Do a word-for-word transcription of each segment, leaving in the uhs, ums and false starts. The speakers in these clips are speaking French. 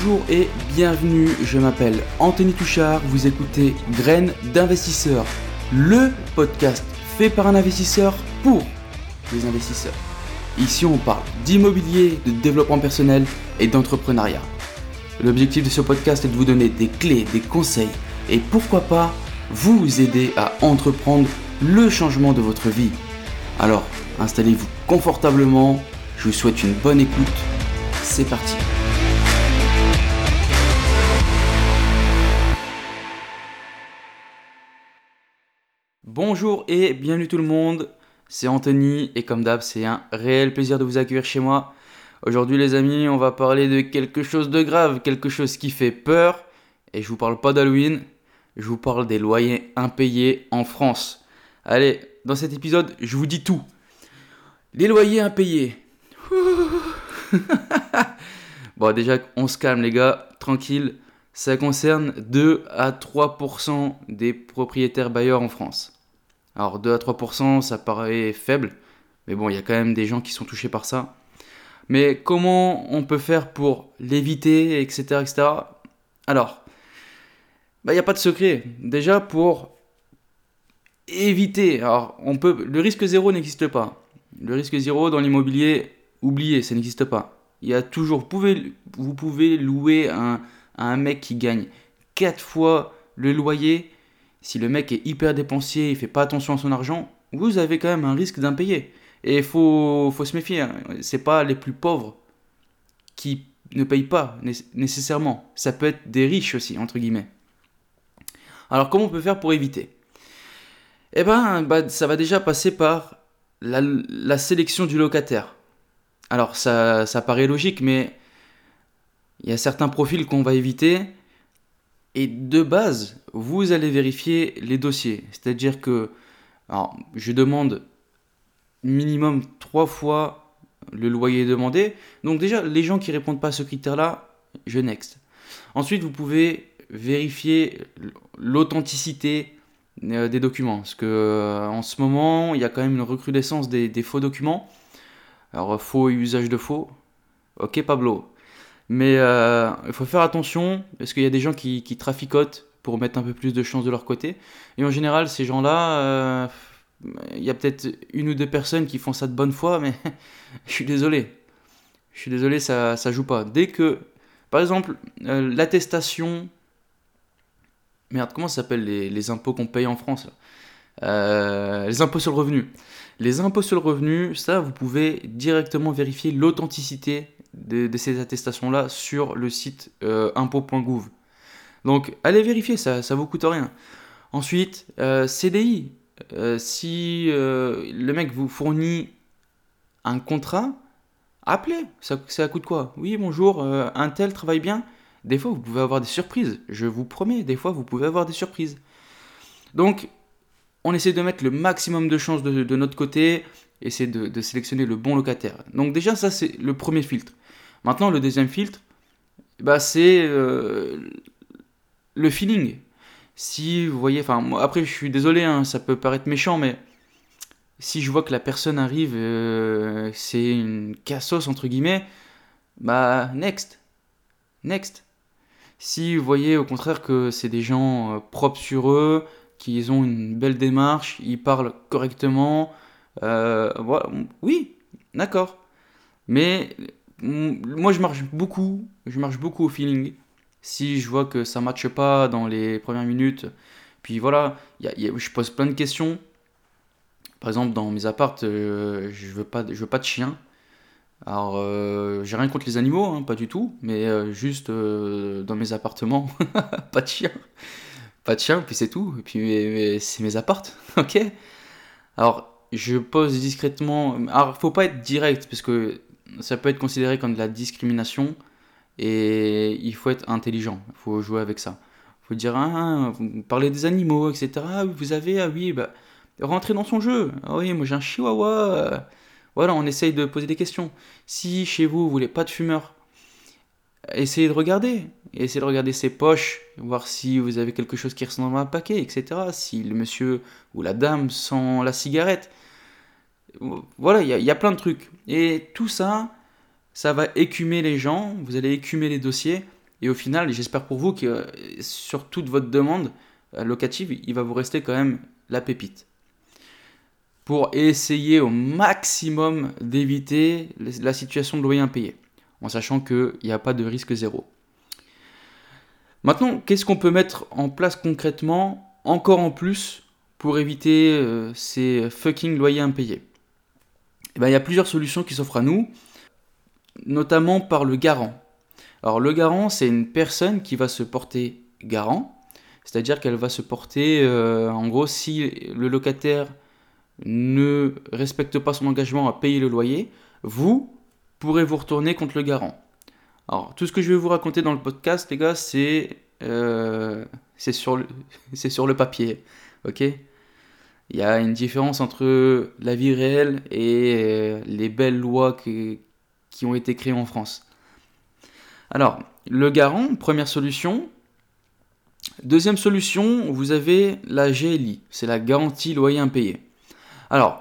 Bonjour et bienvenue, je m'appelle Anthony Touchard, vous écoutez Graines d'investisseurs, le podcast fait par un investisseur pour les investisseurs. Ici on parle d'immobilier, de développement personnel et d'entrepreneuriat. L'objectif de ce podcast est de vous donner des clés, des conseils et pourquoi pas vous aider à entreprendre le changement de votre vie. Alors installez-vous confortablement, je vous souhaite une bonne écoute, c'est parti. Bonjour et bienvenue tout le monde, c'est Anthony et comme d'hab c'est un réel plaisir de vous accueillir chez moi. Aujourd'hui les amis, on va parler de quelque chose de grave, quelque chose qui fait peur et je vous parle pas d'Halloween, je vous parle des loyers impayés en France. Allez, dans cet épisode, je vous dis tout. Les loyers impayés. Bon déjà on se calme les gars, tranquille, ça concerne deux à trois pour cent des propriétaires bailleurs en France. Alors deux à trois pour cent ça paraît faible, mais bon il y a quand même des gens qui sont touchés par ça. Mais comment on peut faire pour l'éviter, et cetera et cetera. Alors, bah, il n'y a pas de secret. Déjà pour éviter, alors on peut, le risque zéro n'existe pas. Le risque zéro dans l'immobilier, oubliez, ça n'existe pas. Il y a toujours, vous pouvez, vous pouvez louer un, à un mec qui gagne quatre fois le loyer. Si le mec est hyper dépensier, il ne fait pas attention à son argent, vous avez quand même un risque d'impayé. Et il faut, faut se méfier, hein. Ce n'est pas les plus pauvres qui ne payent pas nécessairement. Ça peut être des riches aussi, entre guillemets. Alors comment on peut faire pour éviter ? Eh bien, bah, ça va déjà passer par la, la sélection du locataire. Alors ça, ça paraît logique, mais il y a certains profils qu'on va éviter. Et de base, vous allez vérifier les dossiers. C'est-à-dire que, alors, je demande minimum trois fois le loyer demandé. Donc déjà, les gens qui ne répondent pas à ce critère-là, je next. Ensuite, vous pouvez vérifier l'authenticité des documents. Parce que en ce moment, il y a quand même une recrudescence des, des faux documents. Alors, faux et usage de faux. Ok, Pablo. Mais euh, il faut faire attention parce qu'il y a des gens qui, qui traficotent pour mettre un peu plus de chance de leur côté. Et en général, ces gens-là, euh, il y a peut-être une ou deux personnes qui font ça de bonne foi, mais je suis désolé. Je suis désolé, ça ça joue pas. Dès que, par exemple, euh, l'attestation... Merde, comment ça s'appelle les, les impôts qu'on paye en France là euh, Les impôts sur le revenu. Les impôts sur le revenu, ça, vous pouvez directement vérifier l'authenticité de, de ces attestations-là sur le site euh, impôts point gouv. Donc, allez vérifier, ça ne vous coûte rien. Ensuite, euh, C D I. Euh, si euh, le mec vous fournit un contrat, appelez. Ça, ça coûte quoi ? Oui, bonjour, euh, un tel travaille bien. Des fois, vous pouvez avoir des surprises. Je vous promets, des fois, vous pouvez avoir des surprises. Donc, on essaie de mettre le maximum de chances de, de notre côté, essayer de, de sélectionner le bon locataire. Donc déjà, ça, c'est le premier filtre. Maintenant, le deuxième filtre, bah, c'est euh, le feeling. Si vous voyez, enfin, moi, après, je suis désolé, hein, ça peut paraître méchant, mais si je vois que la personne arrive, euh, c'est une cassos, entre guillemets, bah, next. Next. Si vous voyez au contraire que c'est des gens euh, propres sur eux, qu'ils ont une belle démarche, ils parlent correctement, euh, voilà, oui, d'accord. Mais moi je marche beaucoup, je marche beaucoup au feeling. Si je vois que ça ne matche pas dans les premières minutes, puis voilà, y a, y a, je pose plein de questions. Par exemple, dans mes apparts, euh, je veux pas, je veux pas de chien. Alors, euh, j'ai rien contre les animaux, hein, pas du tout, mais euh, juste euh, dans mes appartements, pas de chien. Pas de chien, puis c'est tout. Et puis mais, mais c'est mes appartes, ok. Alors, je pose discrètement. Alors, faut pas être direct, parce que ça peut être considéré comme de la discrimination, et il faut être intelligent. Il faut jouer avec ça. Il faut dire, ah, vous parlez des animaux, et cetera. Ah, vous avez, ah oui, bah, rentrez dans son jeu. Ah oui, moi j'ai un chihuahua. Voilà, on essaye de poser des questions. Si chez vous, vous voulez pas de fumeur, essayez de regarder. Essayez de regarder ses poches, voir si vous avez quelque chose qui ressemble à un paquet, et cetera. Si le monsieur ou la dame sent la cigarette. Voilà, il y, y a plein de trucs. Et tout ça, ça va écumer les gens, vous allez écumer les dossiers. Et au final, j'espère pour vous que euh, sur toute votre demande euh, locative, il va vous rester quand même la pépite. Pour essayer au maximum d'éviter la situation de loyer impayé, en sachant qu'il n'y a pas de risque zéro. Maintenant, qu'est-ce qu'on peut mettre en place concrètement, encore en plus, pour éviter euh, ces fucking loyers impayés? Eh ben, il y a plusieurs solutions qui s'offrent à nous, notamment par le garant. Alors le garant, c'est une personne qui va se porter garant, c'est-à-dire qu'elle va se porter, euh, en gros, si le locataire ne respecte pas son engagement à payer le loyer, vous pourrez vous retourner contre le garant. Alors tout ce que je vais vous raconter dans le podcast, les gars, c'est euh, c'est sur le, c'est sur le papier, ok? Il y a une différence entre la vie réelle et euh, les belles lois que, qui ont été créées en France. Alors, le garant, première solution. Deuxième solution, vous avez la G L I, c'est la garantie loyer impayé. Alors,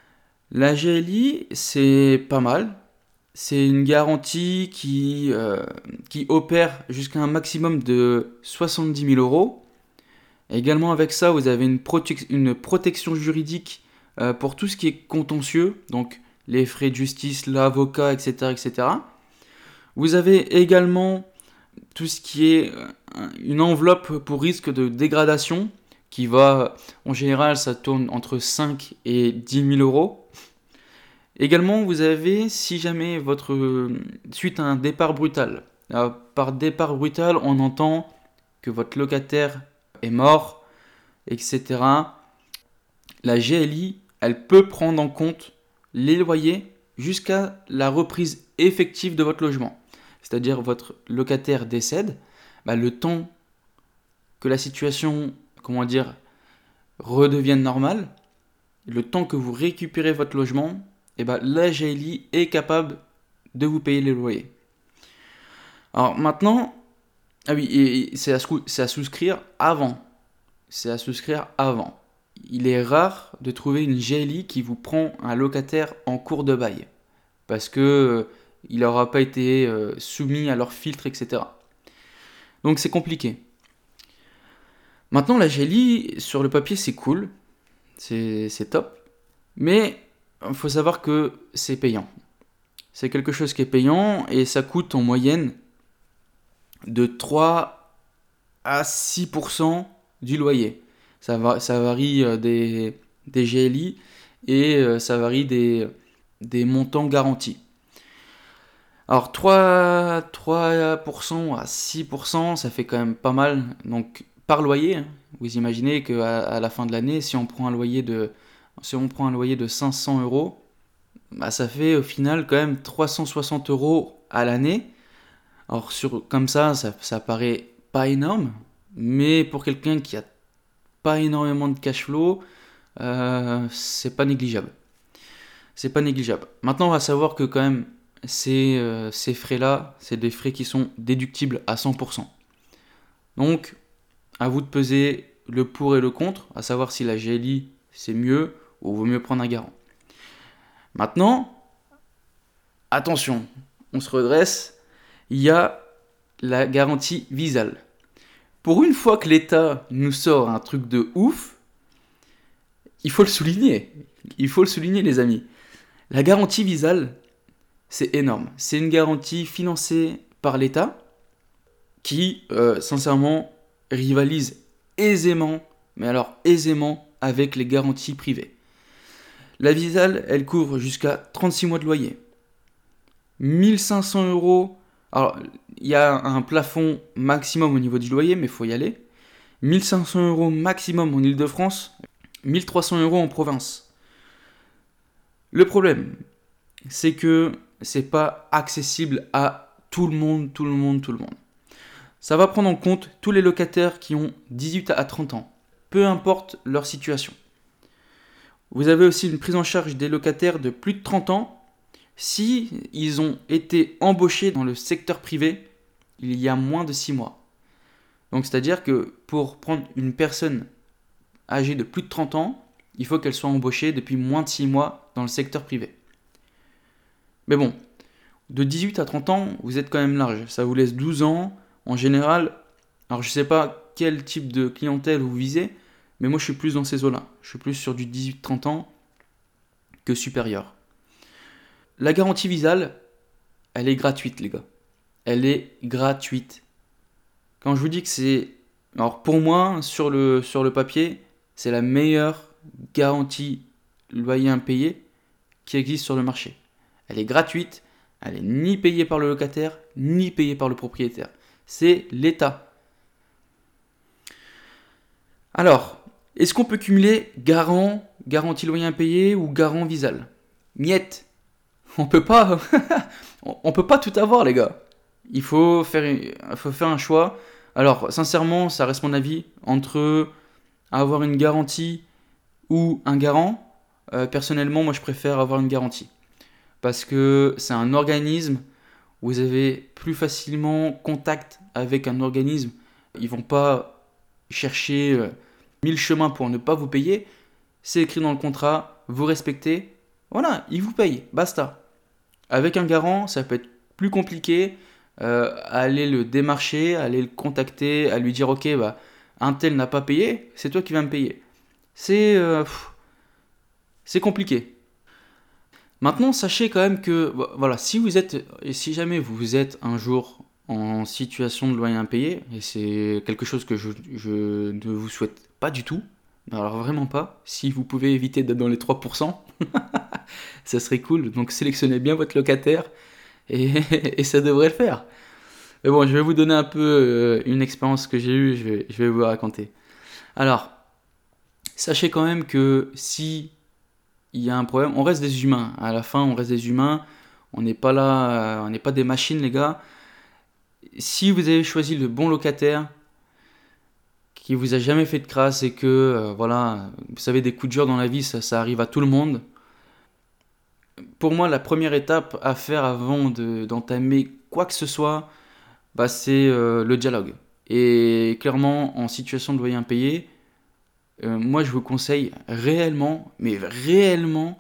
la G L I, c'est pas mal. C'est une garantie qui, euh, qui opère jusqu'à un maximum de soixante-dix mille euros. Également avec ça, vous avez une, prote- une protection juridique euh, pour tout ce qui est contentieux, donc les frais de justice, l'avocat, et cetera, et cetera. Vous avez également tout ce qui est une enveloppe pour risque de dégradation qui va, en général, ça tourne entre cinq et dix mille euros. Également, vous avez, si jamais votre, suite à un départ brutal, alors, par départ brutal, on entend que votre locataire est mort, et cetera. La G L I, elle peut prendre en compte les loyers jusqu'à la reprise effective de votre logement. C'est-à-dire votre locataire décède, bah, le temps que la situation, comment dire, redevienne normale, le temps que vous récupérez votre logement, et bah, la G L I est capable de vous payer les loyers. Alors maintenant, ah oui, et c'est à, c'est à souscrire avant. C'est à souscrire avant. Il est rare de trouver une G L I qui vous prend un locataire en cours de bail. Parce que euh, il n'aura pas été euh, soumis à leurs filtres, et cetera. Donc c'est compliqué. Maintenant, la G L I, sur le papier, c'est cool. C'est, c'est top. Mais il faut savoir que c'est payant. C'est quelque chose qui est payant et ça coûte en moyenne de trois à six pour cent du loyer. Ça, va, ça varie euh, des, des G L I et euh, ça varie des, des montants garantis. Alors trois, trois pour cent à six pour cent, ça fait quand même pas mal. Donc par loyer, hein, vous imaginez qu'à à la fin de l'année, si on prend un loyer de, si on prend un loyer de cinq cents euros, bah ça fait au final quand même trois cent soixante euros à l'année. Alors sur, comme ça, ça, ça paraît pas énorme, mais pour quelqu'un qui a pas énormément de cash flow, euh, c'est pas négligeable. C'est pas négligeable. Maintenant, on va savoir que quand même, ces, euh, ces frais-là, c'est des frais qui sont déductibles à cent pour cent. Donc, à vous de peser le pour et le contre, à savoir si la G L I c'est mieux ou vaut mieux prendre un garant. Maintenant, attention, on se redresse, il y a la garantie Visale. Pour une fois que l'État nous sort un truc de ouf, il faut le souligner. Il faut le souligner, les amis. La garantie Visale, c'est énorme. C'est une garantie financée par l'État qui, euh, sincèrement, rivalise aisément, mais alors aisément, avec les garanties privées. La Visale, elle couvre jusqu'à trente-six mois de loyer. mille cinq cents euros. Alors, il y a un plafond maximum au niveau du loyer, mais il faut y aller. mille cinq cents euros maximum en Ile-de-France, mille trois cents euros en province. Le problème, c'est que c'est pas accessible à tout le monde, tout le monde, tout le monde. Ça va prendre en compte tous les locataires qui ont dix-huit à trente ans, peu importe leur situation. Vous avez aussi une prise en charge des locataires de plus de trente ans si ils ont été embauchés dans le secteur privé il y a moins de six mois. Donc c'est-à-dire que pour prendre une personne âgée de plus de trente ans, il faut qu'elle soit embauchée depuis moins de six mois dans le secteur privé. Mais bon, de dix-huit à trente ans, vous êtes quand même large. Ça vous laisse douze ans en général, alors je sais pas quel type de clientèle vous visez, mais moi je suis plus dans ces eaux-là. Je suis plus sur du dix-huit trente ans que supérieur. La garantie Visal, elle est gratuite les gars. Elle est gratuite. Quand je vous dis que c'est... Alors pour moi, sur le, sur le papier, c'est la meilleure garantie loyer impayé qui existe sur le marché. Elle est gratuite, elle est ni payée par le locataire, ni payée par le propriétaire. C'est l'État. Alors, est-ce qu'on peut cumuler garant, garantie loyer impayé ou garant Visal ? Miette. On peut pas, on peut pas tout avoir les gars. Il faut faire, il faut faire un choix. Alors, sincèrement, ça reste mon avis entre avoir une garantie ou un garant. Euh, personnellement, moi, je préfère avoir une garantie parce que c'est un organisme où vous avez plus facilement contact avec un organisme. Ils vont pas chercher euh, mille chemins pour ne pas vous payer. C'est écrit dans le contrat, vous respectez. Voilà, ils vous payent, basta. Avec un garant, ça peut être plus compliqué. Euh, à aller le démarcher, à aller le contacter, à lui dire ok, bah, un tel n'a pas payé, c'est toi qui vas me payer. C'est, euh, pff, c'est compliqué. Maintenant, sachez quand même que voilà, si vous êtes, si jamais vous êtes un jour en situation de loyer impayé, et c'est quelque chose que je, je ne vous souhaite pas du tout, alors vraiment pas, si vous pouvez éviter d'être dans les trois pour cent, ça serait cool, donc sélectionnez bien votre locataire, et, et ça devrait le faire. Mais bon, je vais vous donner un peu euh, une expérience que j'ai eue, je vais, je vais vous raconter. Alors, sachez quand même que si il y a un problème, on reste des humains. À la fin, on reste des humains. On n'est pas là, euh, on n'est pas des machines, les gars. Si vous avez choisi le bon locataire, qui vous a jamais fait de crasse et que, euh, voilà, vous savez, des coups durs dans la vie, ça, ça arrive à tout le monde. Pour moi, la première étape à faire avant de, d'entamer quoi que ce soit, bah, c'est euh, le dialogue. Et clairement, en situation de loyer impayé, euh, moi je vous conseille réellement, mais réellement,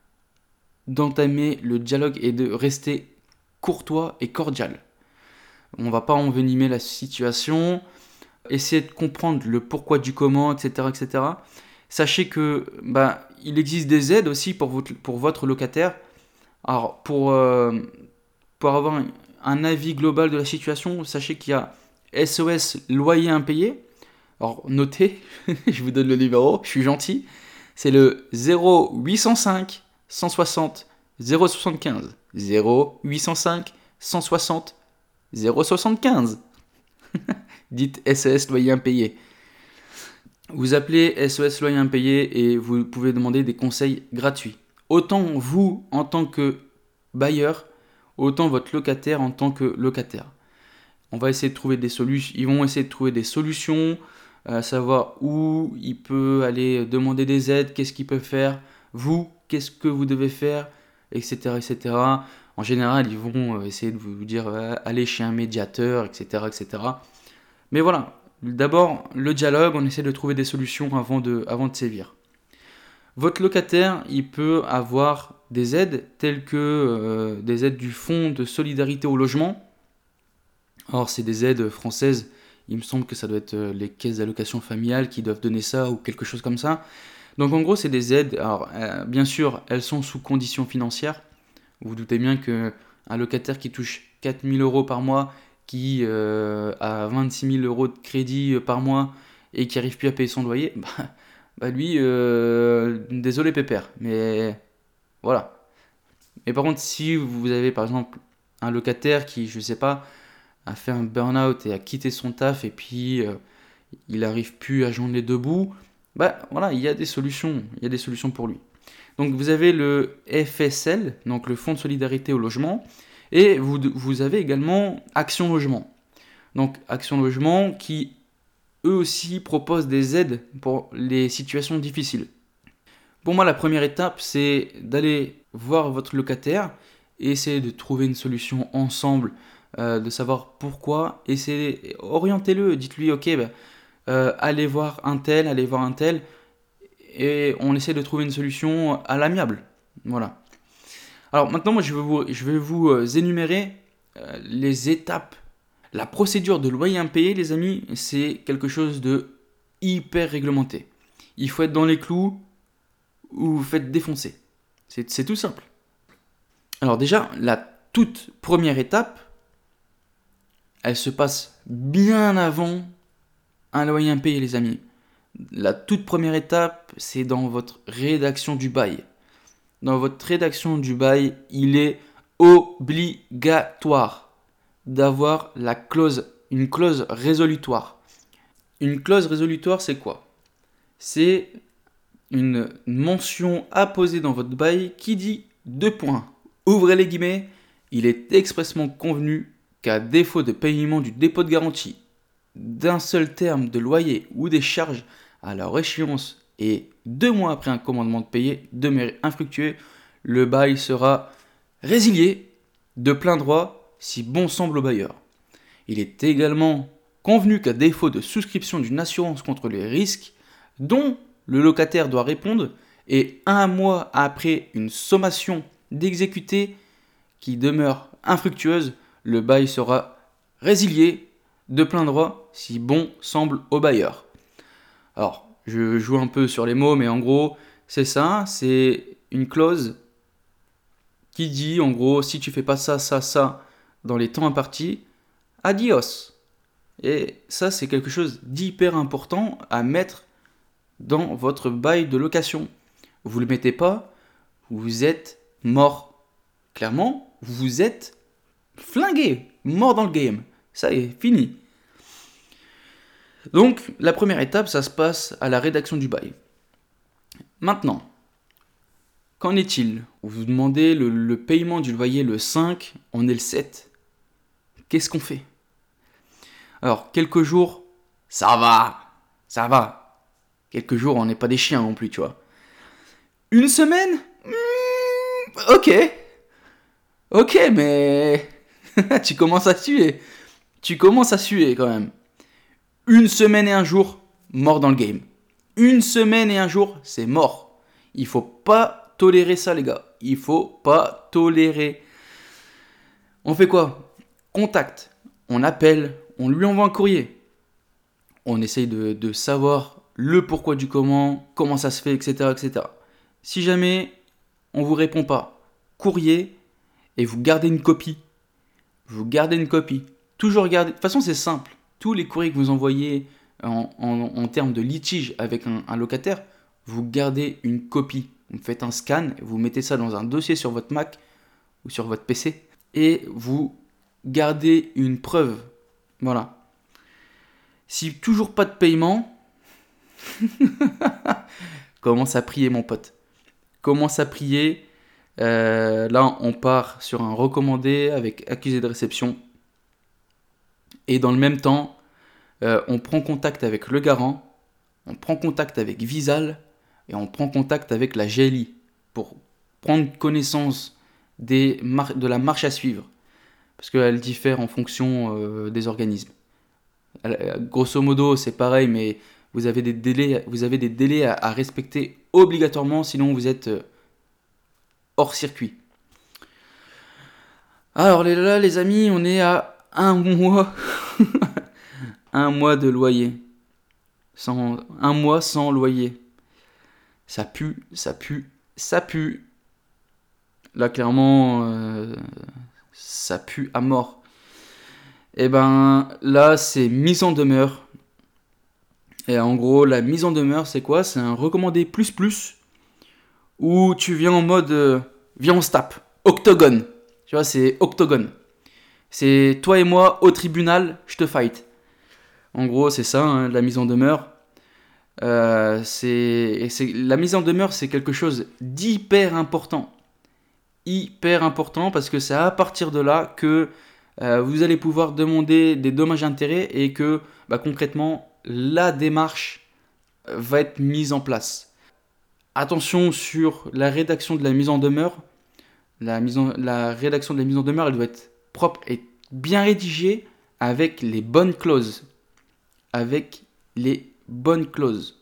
d'entamer le dialogue et de rester courtois et cordial. On va pas envenimer la situation, essayer de comprendre le pourquoi du comment, et cetera, et cetera. Sachez que bah, il existe des aides aussi pour votre, pour votre locataire. Alors pour, euh, pour avoir un, un avis global de la situation, sachez qu'il y a S O S loyer impayé. Alors notez, je vous donne le numéro, je suis gentil. C'est le zéro huit cent cinq cent soixante zéro soixante-quinze. zéro huit cent cinq cent soixante zéro soixante-quinze. Dites S O S loyer impayé. Vous appelez S O S loyer impayé et vous pouvez demander des conseils gratuits. Autant vous en tant que bailleur, autant votre locataire en tant que locataire. On va essayer de trouver des solutions. Ils vont essayer de trouver des solutions, euh, savoir où il peut aller demander des aides, qu'est-ce qu'il peut faire, vous, qu'est-ce que vous devez faire, et cetera, et cetera. En général, ils vont essayer de vous dire euh, allez chez un médiateur, et cetera, et cetera. Mais voilà, d'abord le dialogue, on essaie de trouver des solutions avant de, avant de sévir. Votre locataire, il peut avoir des aides telles que euh, des aides du Fonds de solidarité au logement. Or, c'est des aides françaises. Il me semble que ça doit être euh, les caisses d'allocation familiale qui doivent donner ça ou quelque chose comme ça. Donc, en gros, c'est des aides. Alors, euh, bien sûr, elles sont sous conditions financières. Vous vous doutez bien qu'un locataire qui touche quatre mille euros par mois, qui euh, a vingt-six mille euros de crédit par mois et qui n'arrive plus à payer son loyer, bah, bah lui, euh, désolé pépère, mais voilà. Mais par contre, si vous avez par exemple un locataire qui, je sais pas, a fait un burn-out et a quitté son taf et puis euh, il n'arrive plus à joindre les deux bouts, bah voilà, il y a des solutions, il y a des solutions pour lui. Donc vous avez le F S L, donc le Fonds de solidarité au logement, et vous, vous avez également Action Logement. Donc Action Logement qui eux aussi proposent des aides pour les situations difficiles. Pour moi, la première étape, c'est d'aller voir votre locataire et essayer de trouver une solution ensemble, euh, de savoir pourquoi, essayer, orientez-le, dites-lui, ok, bah, euh, allez voir un tel, allez voir un tel, et on essaie de trouver une solution à l'amiable. Voilà. Alors maintenant, moi, je vais vous, je vais vous énumérer euh, les étapes La procédure de loyer impayé, les amis, c'est quelque chose de hyper réglementé. Il faut être dans les clous ou vous faites défoncer. C'est, c'est tout simple. Alors déjà, la toute première étape, elle se passe bien avant un loyer impayé, les amis. La toute première étape, c'est dans votre rédaction du bail. Dans votre rédaction du bail, il est obligatoire d'avoir la clause, une clause résolutoire. Une clause résolutoire, c'est quoi ? C'est une mention apposée dans votre bail qui dit deux points. Ouvrez les guillemets, il est expressément convenu qu'à défaut de paiement du dépôt de garantie, d'un seul terme de loyer ou des charges à leur échéance et deux mois après un commandement de payer demeure infructueux, le bail sera résilié de plein droit si bon semble au bailleur. Il est également convenu qu'à défaut de souscription d'une assurance contre les risques dont le locataire doit répondre et un mois après une sommation d'exécuter qui demeure infructueuse, le bail sera résilié de plein droit si bon semble au bailleur. Alors, je joue un peu sur les mots, mais en gros, c'est ça, c'est une clause qui dit, en gros, si tu fais pas ça, ça, ça, dans les temps impartis, adios. Et ça, c'est quelque chose d'hyper important à mettre dans votre bail de location. Vous ne le mettez pas, vous êtes mort. Clairement, vous êtes flingué, mort dans le game. Ça y est, fini. Donc, la première étape, ça se passe à la rédaction du bail. Maintenant, qu'en est-il ? Vous demandez le, le paiement du loyer le cinq, on est le sept. Qu'est-ce qu'on fait ? Alors, quelques jours, ça va, ça va. Quelques jours, on n'est pas des chiens non plus, tu vois. Une semaine ? mmh, Ok. Ok, mais tu commences à suer. Tu commences à suer quand même. Une semaine et un jour, mort dans le game. Une semaine et un jour, c'est mort. Il faut pas tolérer ça, les gars. Il faut pas tolérer. On fait quoi ? Contact. On appelle. On lui envoie un courrier. On essaye de, de savoir le pourquoi du comment, comment ça se fait, et cetera, et cetera. Si jamais on vous répond pas, courrier et vous gardez une copie. Vous gardez une copie. Toujours garder. De toute façon, c'est simple. Tous les courriers que vous envoyez en, en, en termes de litige avec un, un locataire, vous gardez une copie. Vous faites un scan, vous mettez ça dans un dossier sur votre Mac ou sur votre P C et vous gardez une preuve. Voilà. Si toujours pas de paiement, commence à prier, mon pote. Commence à prier. Euh, là, on part sur un recommandé avec accusé de réception. Et dans le même temps, euh, on prend contact avec le garant, on prend contact avec Visal et on prend contact avec la G L I pour prendre connaissance des mar- de la marche à suivre. Parce qu'elle diffère en fonction euh, des organismes. Elle, grosso modo, c'est pareil, mais vous avez des délais, vous avez des délais à, à respecter obligatoirement, sinon vous êtes euh, hors circuit. Alors là, les amis, on est à un mois, un mois de loyer, sans, un mois sans loyer. Ça pue, ça pue, ça pue. Là, clairement, euh, ça pue à mort. Et ben là, c'est mise en demeure. Et en gros, la mise en demeure, c'est quoi ? C'est un recommandé plus plus où tu viens en mode euh, viens on se tape, octogone. Tu vois, c'est octogone. C'est toi et moi au tribunal, je te fight. En gros, c'est ça, hein, la mise en demeure. Euh, c'est, et c'est, la mise en demeure, c'est quelque chose d'hyper important. Hyper important parce que c'est à partir de là que euh, vous allez pouvoir demander des dommages-intérêts et que bah, concrètement, la démarche va être mise en place. Attention sur la rédaction de la mise en demeure. La, mise en, la rédaction de la mise en demeure, elle doit être propre et bien rédigée avec les bonnes clauses. Avec les bonnes clauses.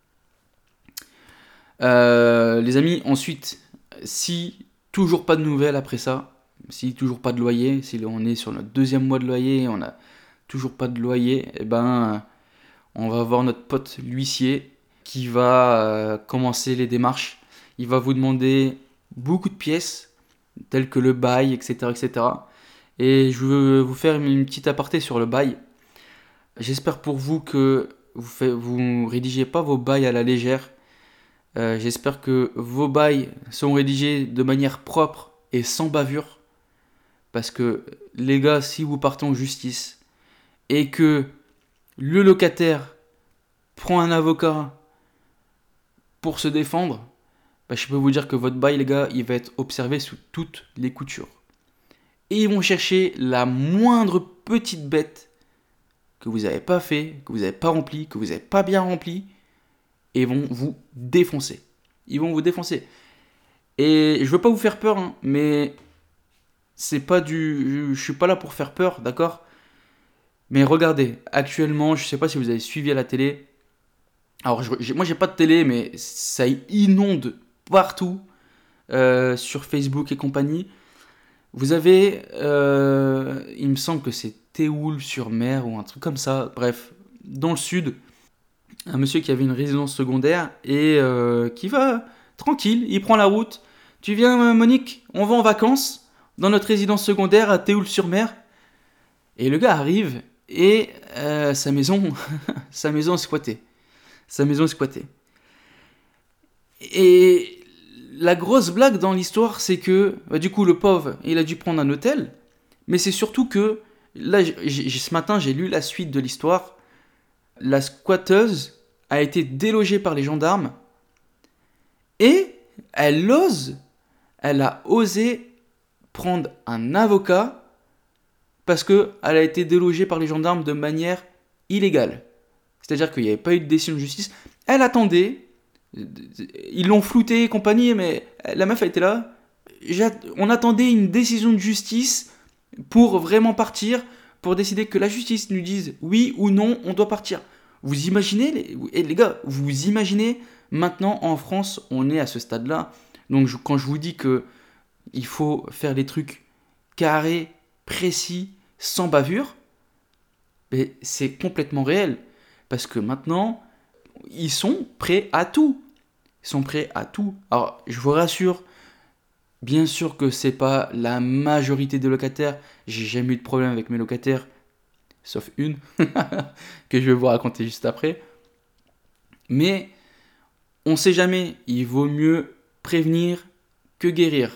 Euh, les amis, ensuite, si toujours pas de nouvelles après ça, si toujours pas de loyer, si on est sur notre deuxième mois de loyer, on a, toujours pas de loyer, et ben on va voir notre pote l'huissier qui va euh, commencer les démarches. Il va vous demander beaucoup de pièces, telles que le bail, et cetera, et cetera. Et je veux vous faire une petite aparté sur le bail. J'espère pour vous que vous ne vous rédigez pas vos bails à la légère. Euh, j'espère que vos bails sont rédigés de manière propre et sans bavure. Parce que les gars, si vous partez en justice et que le locataire prend un avocat pour se défendre, bah, je peux vous dire que votre bail, les gars, il va être observé sous toutes les coutures. Et ils vont chercher la moindre petite bête que vous n'avez pas fait, que vous n'avez pas rempli, que vous n'avez pas bien rempli, et ils vont vous défoncer. Ils vont vous défoncer. Et je veux pas vous faire peur, hein, mais c'est pas du, je suis pas là pour faire peur, d'accord ? Mais regardez, actuellement, je sais pas si vous avez suivi à la télé. Alors, je, j'ai, moi, j'ai pas de télé, mais ça inonde partout euh, sur Facebook et compagnie. Vous avez, euh, il me semble que c'est Théoul-sur-Mer ou un truc comme ça. Bref, dans le sud, un monsieur qui avait une résidence secondaire et euh, qui va tranquille, il prend la route. Tu viens, Monique, on va en vacances dans notre résidence secondaire à Théoul-sur-Mer. Et le gars arrive et euh, sa maison, sa maison est squattée. Sa maison est squattée. Et la grosse blague dans l'histoire, c'est que bah, du coup le pauvre, il a dû prendre un hôtel. Mais c'est surtout que là, j'ai, j'ai, ce matin, j'ai lu la suite de l'histoire. La squatteuse a été délogée par les gendarmes et elle ose, elle a osé prendre un avocat parce qu'elle a été délogée par les gendarmes de manière illégale. C'est-à-dire qu'il n'y avait pas eu de décision de justice. Elle attendait, ils l'ont floutée et compagnie, mais la meuf a été là. On attendait une décision de justice pour vraiment partir, pour décider que la justice nous dise oui ou non, on doit partir. Vous imaginez, les, et les gars, vous imaginez, maintenant en France, on est à ce stade-là. Donc je, quand je vous dis que il faut faire les trucs carrés, précis, sans bavure, mais c'est complètement réel. Parce que maintenant, ils sont prêts à tout. Ils sont prêts à tout. Alors, je vous rassure, bien sûr que c'est pas la majorité des locataires. J'ai jamais eu de problème avec mes locataires, sauf une, que je vais vous raconter juste après. Mais, on sait jamais. Il vaut mieux prévenir que guérir.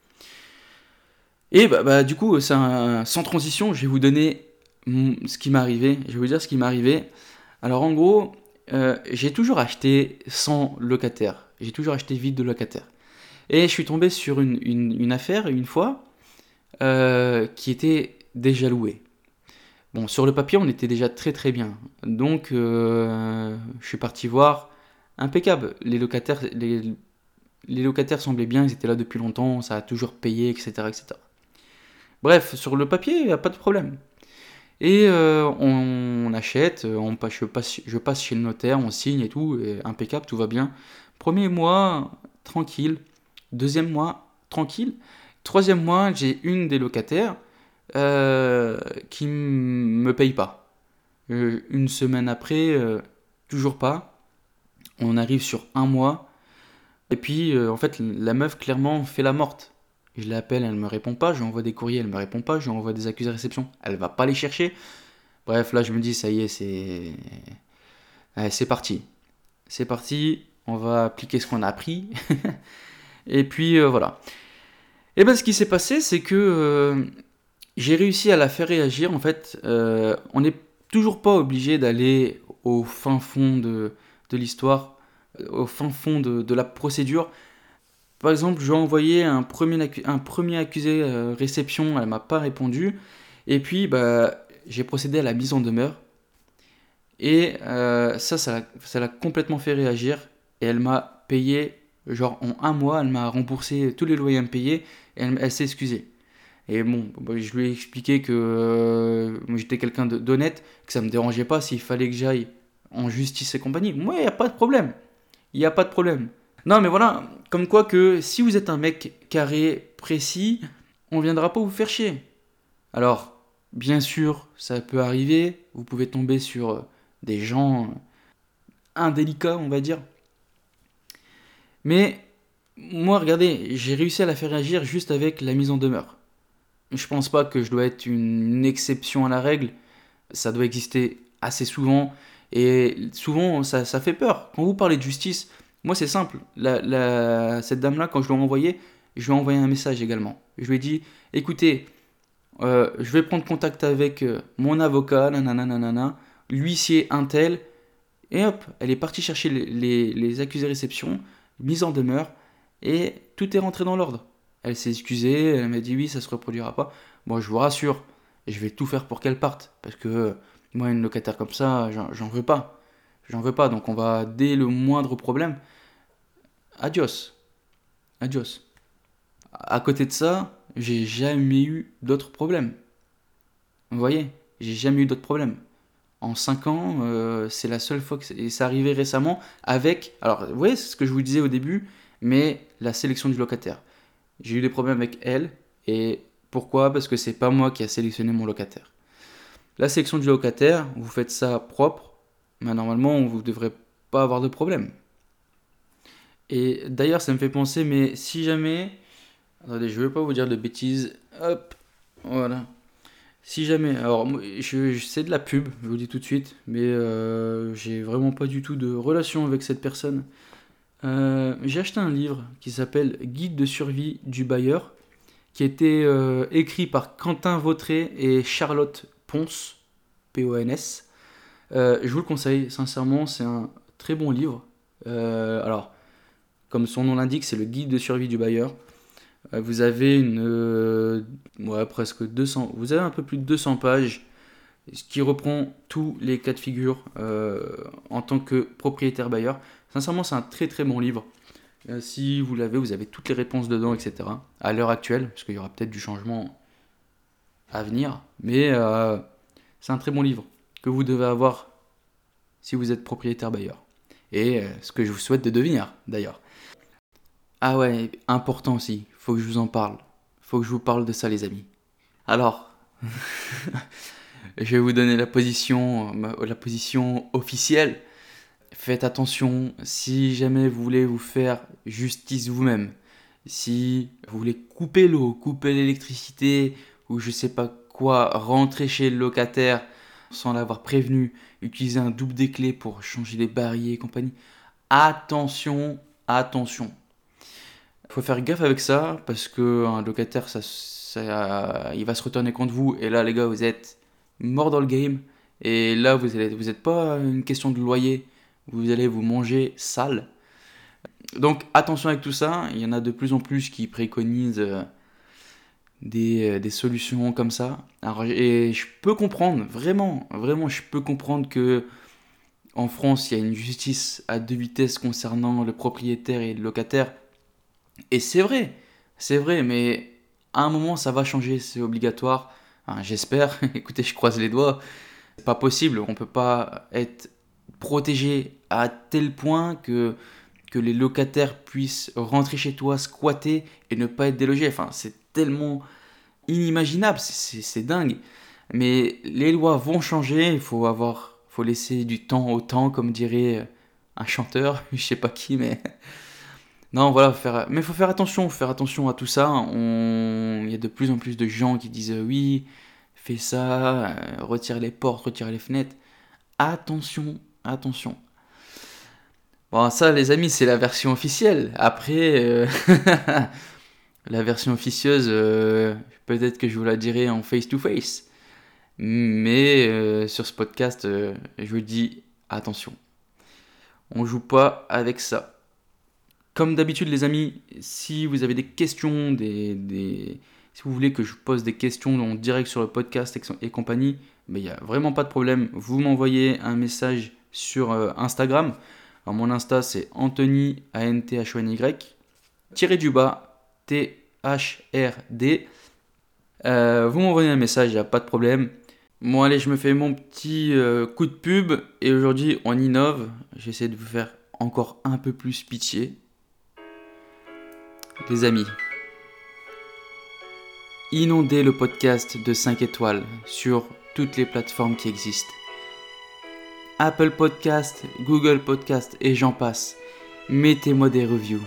Et bah, bah du coup, c'est un, sans transition, je vais vous donner ce qui m'est arrivé. Je vais vous dire ce qui m'est arrivé. Alors en gros, euh, j'ai toujours acheté sans locataire. J'ai toujours acheté vide de locataire. Et je suis tombé sur une, une, une affaire une fois euh, qui était déjà louée. Bon, sur le papier, on était déjà très très bien. Donc, euh, je suis parti voir. Impeccable. Les locataires, les, les locataires semblaient bien, ils étaient là depuis longtemps, ça a toujours payé, et cetera et cetera. Bref, sur le papier, il n'y a pas de problème. Et euh, on, on achète, on passe, je, passe, je passe chez le notaire, on signe et tout, et impeccable, tout va bien. Premier mois, tranquille. Deuxième mois, tranquille. Troisième mois, j'ai une des locataires euh, qui ne me paye pas. Euh, une semaine après, euh, toujours pas. On arrive sur un mois. Et puis, euh, en fait, la meuf, clairement, fait la morte. Je l'appelle, elle me répond pas, je lui envoie des courriers, elle me répond pas, je lui envoie des accusés de réception, elle va pas les chercher. Bref, là je me dis, ça y est, c'est... Allez, c'est parti. C'est parti, on va appliquer ce qu'on a appris. Et puis euh, voilà. Et ben ce qui s'est passé, c'est que euh, j'ai réussi à la faire réagir. En fait, euh, on n'est toujours pas obligé d'aller au fin fond de, de l'histoire, au fin fond de, de la procédure. Par exemple, j'ai envoyé un premier, accu- un premier accusé euh, réception, elle m'a pas répondu. Et puis, bah, j'ai procédé à la mise en demeure. Et euh, ça, ça l'a, ça l'a complètement fait réagir. Et elle m'a payé, genre en un mois, elle m'a remboursé tous les loyers à me payer. Et elle, elle s'est excusée. Et bon, bah, je lui ai expliqué que euh, moi, j'étais quelqu'un de, d'honnête, que ça me dérangeait pas s'il fallait que j'aille en justice et compagnie. Moi, il n'y a pas de problème. Il n'y a pas de problème. Non, mais voilà, comme quoi que si vous êtes un mec carré, précis, on viendra pas vous faire chier. Alors, Bien sûr, ça peut arriver, vous pouvez tomber sur euh, des gens indélicats, on va dire. Mais moi, regardez, j'ai réussi à la faire réagir juste avec la mise en demeure. Je pense pas que je dois être une exception à la règle, ça doit exister assez souvent, et souvent ça, ça fait peur. Quand vous parlez de justice, moi c'est simple, la, la- cette dame-là, quand je lui ai envoyé, je lui ai envoyé un message également. Je lui ai dit, écoutez, euh, je vais prendre contact avec euh, mon avocat, nanana, nanana, l'huissier un tel, et hop, elle est partie chercher les, les, les accusés réception, mise en demeure, et tout est rentré dans l'ordre. Elle s'est excusée, elle m'a dit oui, ça se reproduira pas. Bon, je vous rassure, je vais tout faire pour qu'elle parte, parce que euh, moi, une locataire comme ça, j'en, j'en veux pas. J'en veux pas, donc on va, dès le moindre problème, adios, adios. À côté de ça, j'ai jamais eu d'autres problèmes. Vous voyez, j'ai jamais eu d'autres problèmes. En cinq ans, euh, c'est la seule fois que c'est, et c'est arrivé récemment avec, alors vous voyez, c'est ce que je vous disais au début, mais la sélection du locataire. J'ai eu des problèmes avec elle, et pourquoi? Parce que c'est pas moi qui a sélectionné mon locataire. La sélection du locataire, vous faites ça propre, mais normalement vous ne devrez pas avoir de problème. Et d'ailleurs, ça me fait penser, mais si jamais, attendez, je ne veux pas vous dire de bêtises, hop, voilà. Si jamais, alors moi, je, je- c'est de la pub, je vous le dis tout de suite, mais euh, j'ai vraiment pas du tout de relation avec cette personne. Euh, j'ai acheté un livre qui s'appelle Guide de survie du bailleur, qui a été euh, écrit par Quentin Vautré et Charlotte Ponce, P O N S. Euh, je vous le conseille, sincèrement, c'est un très bon livre. Euh, alors, comme son nom l'indique, c'est le guide de survie du bailleur. Euh, vous avez une, euh, ouais, presque deux cents, vous avez un peu plus de deux cents pages, ce qui reprend tous les cas de figure euh, en tant que propriétaire bailleur. Sincèrement, c'est un très très bon livre. Euh, si vous l'avez, vous avez toutes les réponses dedans, et cetera. À l'heure actuelle, parce qu'il y aura peut-être du changement à venir, mais euh, c'est un très bon livre que vous devez avoir si vous êtes propriétaire bailleur. Et euh, ce que je vous souhaite de devenir, d'ailleurs. Ah ouais, important aussi, faut que je vous en parle. Faut que je vous parle de ça, les amis. Alors, je vais vous donner la position, la position officielle. Faites attention, si jamais vous voulez vous faire justice vous-même, si vous voulez couper l'eau, couper l'électricité, ou je sais pas quoi, rentrer chez le locataire sans l'avoir prévenu, utiliser un double des clés pour changer les barils et compagnie, attention, attention. Il faut faire gaffe avec ça, parce qu'un locataire, ça, ça, il va se retourner contre vous, et là les gars, vous êtes morts dans le game, et là vous n'êtes vous êtes pas une question de loyer, vous allez vous manger sale. Donc attention avec tout ça, il y en a de plus en plus qui préconisent euh, des, euh, des solutions comme ça. Alors, et je peux comprendre, vraiment, vraiment, je peux comprendre que en France, il y a une justice à deux vitesses concernant le propriétaire et le locataire. Et c'est vrai, c'est vrai, mais à un moment, ça va changer, c'est obligatoire. Enfin, j'espère, écoutez, je croise les doigts. C'est pas possible, on peut pas être protégé à tel point que que les locataires puissent rentrer chez toi, squatter et ne pas être délogés. Enfin, c'est tellement inimaginable, c'est, c'est, c'est dingue. Mais les lois vont changer, il faut avoir, faut laisser du temps au temps, comme dirait un chanteur, je sais pas qui, mais non, voilà, faire, mais il faut faire attention, faire attention à tout ça. On, il y a de plus en plus de gens qui disent euh, oui, fais ça, euh, retire les portes, retire les fenêtres. Attention, attention. Bon, ça, les amis, c'est la version officielle. Après, euh, la version officieuse, euh, peut-être que je vous la dirai en face-to-face. Mais euh, sur ce podcast, euh, je vous dis attention. On joue pas avec ça. Comme d'habitude, les amis, si vous avez des questions, des, des... si vous voulez que je pose des questions en direct sur le podcast et compagnie, il n'y a vraiment pas de problème. Vous m'envoyez un message sur euh, Instagram. Alors, mon Insta, c'est Anthony, A N T H O N Y, tiré du bas, T H R D. Euh, vous m'envoyez un message, il n'y a pas de problème. Bon, allez, je me fais mon petit euh, coup de pub. Et aujourd'hui, on innove. J'essaie de vous faire encore un peu plus pitié. Les amis, inondez le podcast de cinq étoiles sur toutes les plateformes qui existent. Apple Podcast, Google Podcast et j'en passe. Mettez-moi des reviews.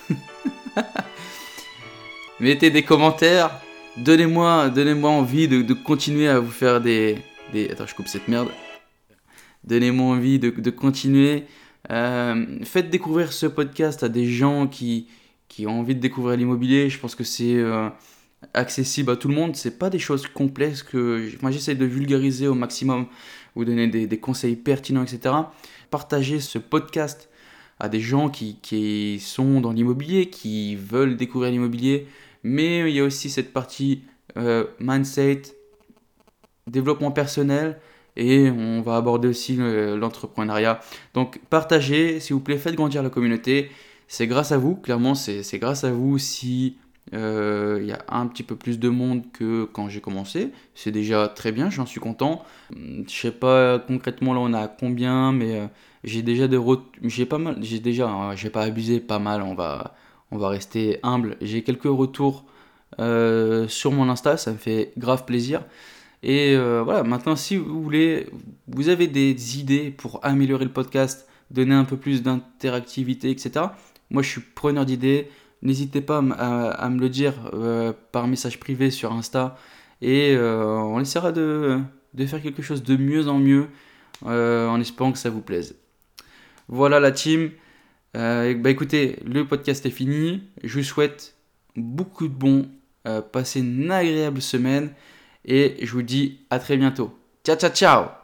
Mettez des commentaires. Donnez-moi, donnez-moi envie de, de continuer à vous faire des, des... Attends, je coupe cette merde. Donnez-moi envie de, de continuer. Euh, faites découvrir ce podcast à des gens qui, qui ont envie de découvrir l'immobilier. Je pense que c'est euh, accessible à tout le monde. C'est pas des choses complexes que moi j'essaie de vulgariser au maximum, vous donner des, des conseils pertinents, et cetera. Partagez ce podcast à des gens qui, qui sont dans l'immobilier, qui veulent découvrir l'immobilier. Mais il y a aussi cette partie euh, mindset, développement personnel. Et on va aborder aussi euh, l'entrepreneuriat. Donc partagez, s'il vous plaît, faites grandir la communauté. C'est grâce à vous, clairement, c'est, c'est grâce à vous si euh, il y a un petit peu plus de monde que quand j'ai commencé. C'est déjà très bien, j'en suis content. Je sais pas concrètement là on a combien, mais euh, j'ai déjà des ret- j'ai pas mal, j'ai déjà, hein, j'ai pas abusé, pas mal. On va, on va rester humble. J'ai quelques retours euh, sur mon Insta, ça me fait grave plaisir. Et euh, voilà, maintenant si vous voulez, vous avez des idées pour améliorer le podcast, donner un peu plus d'interactivité, et cetera. Moi je suis preneur d'idées, n'hésitez pas à, m- à- à me le dire euh, par message privé sur Insta et euh, on essaiera de, de faire quelque chose de mieux en mieux euh, en espérant que ça vous plaise. Voilà la team. Euh, bah écoutez, le podcast est fini, je vous souhaite beaucoup de bons, euh, passez une agréable semaine. Et je vous dis à très bientôt. Ciao, ciao, ciao!